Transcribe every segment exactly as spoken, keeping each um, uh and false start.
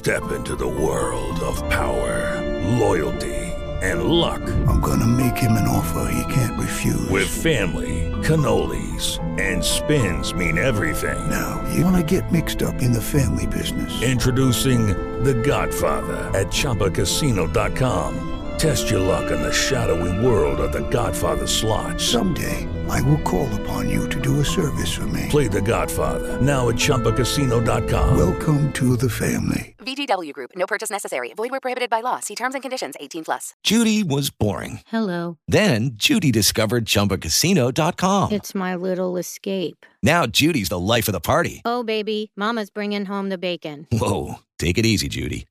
Step into the world of power, loyalty, and luck. I'm gonna make him an offer he can't refuse. With family, cannolis, and spins mean everything. Now, you wanna get mixed up in the family business. Introducing The Godfather at Chumba Casino dot com. Test your luck in the shadowy world of The Godfather slot. Someday, I will call upon you to do a service for me. Play The Godfather, now at Chumba Casino dot com. Welcome to the family. V G W Group. No purchase necessary. Void where prohibited by law. See terms and conditions. eighteen plus. Judy was boring. Hello. Then Judy discovered Chumba Casino dot com. It's my little escape. Now Judy's the life of the party. Oh, baby, mama's bringing home the bacon. Whoa, take it easy, Judy.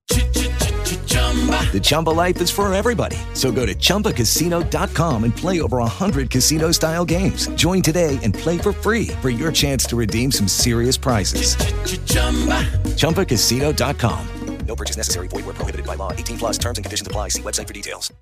The Chumba life is for everybody. So go to Chumba Casino dot com and play over one hundred casino-style games. Join today and play for free for your chance to redeem some serious prizes. Chumba Casino dot com. No purchase necessary. Void where prohibited by law. eighteen plus terms and conditions apply. See website for details.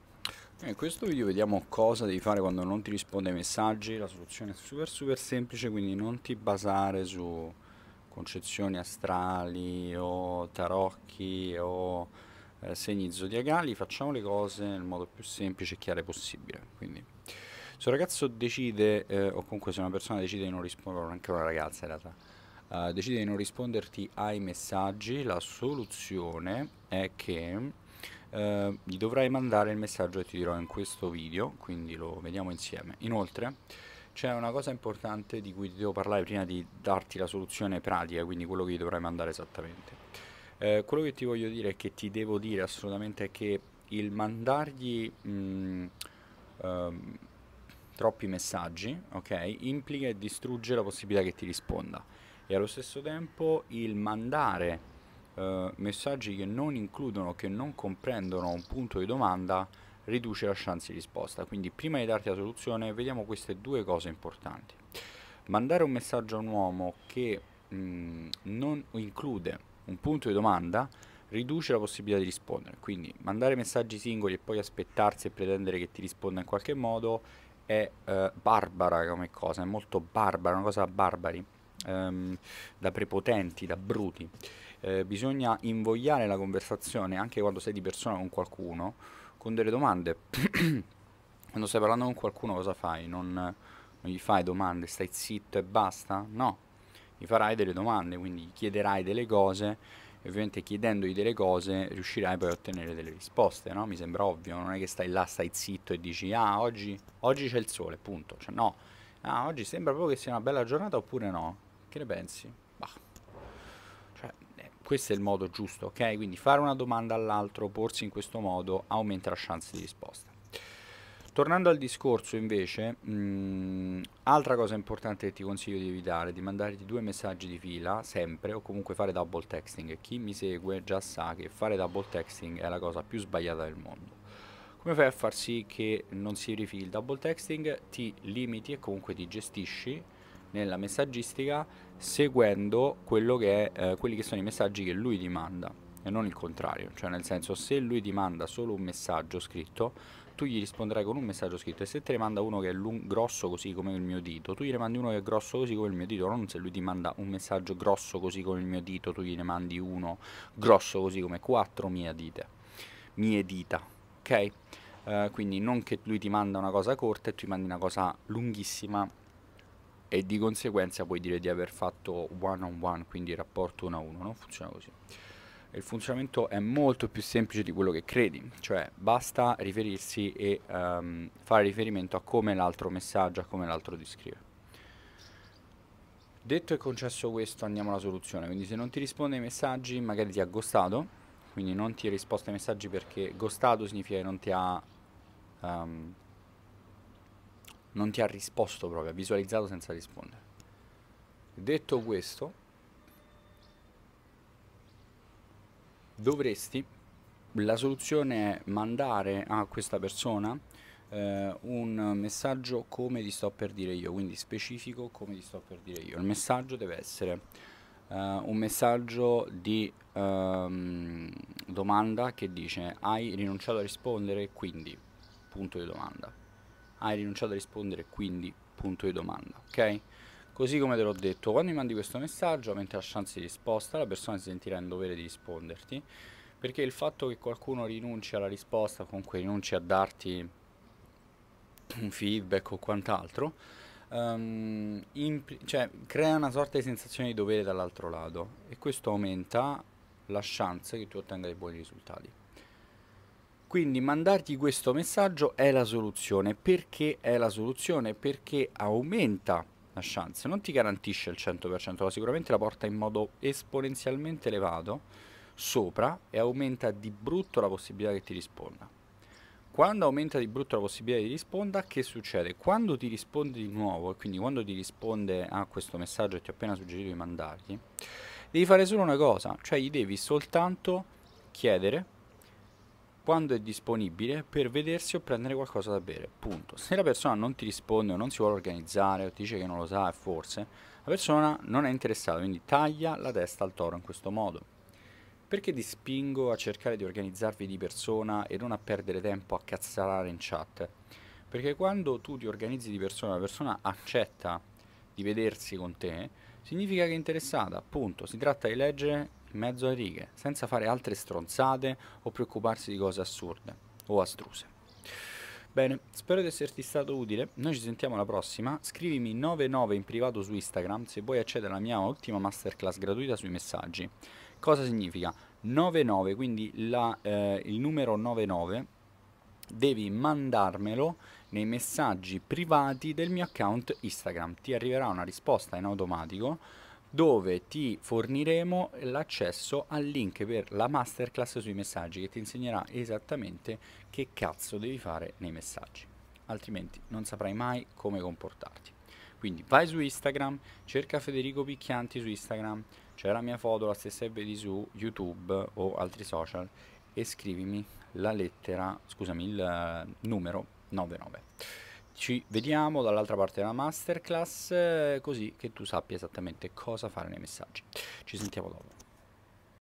In questo video vediamo cosa devi fare quando non ti risponde ai messaggi. La soluzione è super super semplice, quindi non ti basare su concezioni astrali o tarocchi o eh, segni zodiacali. Facciamo le cose nel modo più semplice e chiaro possibile. Quindi se un ragazzo decide eh, o comunque se una persona decide di non rispondere, anche una ragazza in realtà uh, decide di non risponderti ai messaggi, la soluzione è che Uh, gli dovrai mandare il messaggio che ti dirò in questo video, quindi lo vediamo insieme. Inoltre c'è una cosa importante di cui ti devo parlare prima di darti la soluzione pratica, quindi quello che gli dovrai mandare esattamente. Uh, quello che ti voglio dire è che ti devo dire assolutamente che il mandargli mh, um, troppi messaggi, ok, implica e distrugge la possibilità che ti risponda, e allo stesso tempo il mandare Uh, messaggi che non includono, che non comprendono un punto di domanda, riduce la chance di risposta. Quindi prima di darti la soluzione vediamo queste due cose importanti. Mandare un messaggio a un uomo che mh, non include un punto di domanda riduce la possibilità di rispondere. Quindi mandare messaggi singoli e poi aspettarsi e pretendere che ti risponda in qualche modo è uh, barbara come cosa, è molto barbara, una cosa barbari, um, da prepotenti, da bruti. Eh, bisogna invogliare la conversazione anche quando sei di persona con qualcuno con delle domande. Quando stai parlando con qualcuno cosa fai? Non, non gli fai domande, stai zitto e basta? No, gli farai delle domande, quindi gli chiederai delle cose e ovviamente chiedendogli delle cose riuscirai poi a ottenere delle risposte, no? Mi sembra ovvio, non è che stai là, stai zitto e dici ah oggi, oggi c'è il sole, punto. Cioè no, ah oggi sembra proprio che sia una bella giornata oppure no? Che ne pensi? Bah. Questo è il modo giusto, ok? Quindi fare una domanda all'altro, porsi in questo modo, aumenta la chance di risposta. Tornando al discorso invece, mh, altra cosa importante che ti consiglio di evitare, di mandarti due messaggi di fila, sempre, o comunque fare double texting. Chi mi segue già sa che fare double texting è la cosa più sbagliata del mondo. Come fai a far sì che non si verifichi il double texting? Ti limiti e comunque ti gestisci nella messaggistica seguendo quello che è, eh, quelli che sono i messaggi che lui ti manda e non il contrario. Cioè nel senso, se lui ti manda solo un messaggio scritto, tu gli risponderai con un messaggio scritto, e se te ne manda uno che è lung- grosso così come il mio dito, tu gli ne mandi uno che è grosso così come il mio dito. Non se lui ti manda un messaggio grosso così come il mio dito, tu gliene mandi uno grosso così come quattro mie dita, mie dita, ok? Uh, quindi non che lui ti manda una cosa corta e tu gli mandi una cosa lunghissima e di conseguenza puoi dire di aver fatto one on one, quindi rapporto uno a uno. Non funziona così. Il funzionamento è molto più semplice di quello che credi, cioè basta riferirsi e um, fare riferimento a come l'altro messaggio, a come l'altro ti scrive. Detto e concesso questo, andiamo alla soluzione. Quindi se non ti risponde ai messaggi, magari ti ha ghostato, quindi non ti ha risposto ai messaggi perché ghostato significa che non ti ha um, non ti ha risposto proprio, ha visualizzato senza rispondere. Detto questo, dovresti, la soluzione è mandare a questa persona eh, un messaggio come ti sto per dire io, quindi specifico come ti sto per dire io. Il messaggio deve essere uh, un messaggio di um, domanda che dice hai rinunciato a rispondere, quindi punto di domanda. Hai rinunciato a rispondere, quindi punto di domanda, ok? Così come te l'ho detto, quando mi mandi questo messaggio aumenta la chance di risposta, la persona si sentirà in dovere di risponderti, perché il fatto che qualcuno rinunci alla risposta, comunque rinunci a darti un feedback o quant'altro, um, cioè, crea una sorta di sensazione di dovere dall'altro lato, e questo aumenta la chance che tu ottenga dei buoni risultati. Quindi mandargli questo messaggio è la soluzione. Perché è la soluzione? Perché aumenta la chance, non ti garantisce il cento per cento, ma sicuramente la porta in modo esponenzialmente elevato sopra, e aumenta di brutto la possibilità che ti risponda. Quando aumenta di brutto la possibilità di risponda, che succede? Quando ti risponde di nuovo, e quindi quando ti risponde a questo messaggio che ti ho appena suggerito di mandargli, devi fare solo una cosa, cioè gli devi soltanto chiedere quando è disponibile per vedersi o prendere qualcosa da bere, punto. Se la persona non ti risponde o non si vuole organizzare o ti dice che non lo sa, e forse la persona non è interessata, quindi taglia la testa al toro in questo modo. Perché ti spingo a cercare di organizzarvi di persona e non a perdere tempo a cazzarare in chat? Perché quando tu ti organizzi di persona, la persona accetta di vedersi con te, significa che è interessata, appunto. Si tratta di leggere in mezzo alle righe, senza fare altre stronzate o preoccuparsi di cose assurde o astruse. Bene, spero di esserti stato utile, noi ci sentiamo alla prossima. Scrivimi nove nove in privato su Instagram se vuoi accedere alla mia ultima masterclass gratuita sui messaggi. Cosa significa? nove nove, quindi la, eh, il numero nove nove, devi mandarmelo nei messaggi privati del mio account Instagram. Ti arriverà una risposta in automatico dove ti forniremo l'accesso al link per la masterclass sui messaggi, che ti insegnerà esattamente che cazzo devi fare nei messaggi, altrimenti non saprai mai come comportarti. Quindi vai su Instagram, cerca Federico Picchianti su Instagram, c'è la mia foto, la stessa che vedi su YouTube o altri social, e scrivimi la lettera, scusami, il numero nove nove. Ci vediamo dall'altra parte della masterclass, eh, così che tu sappia esattamente cosa fare nei messaggi. Ci sentiamo dopo.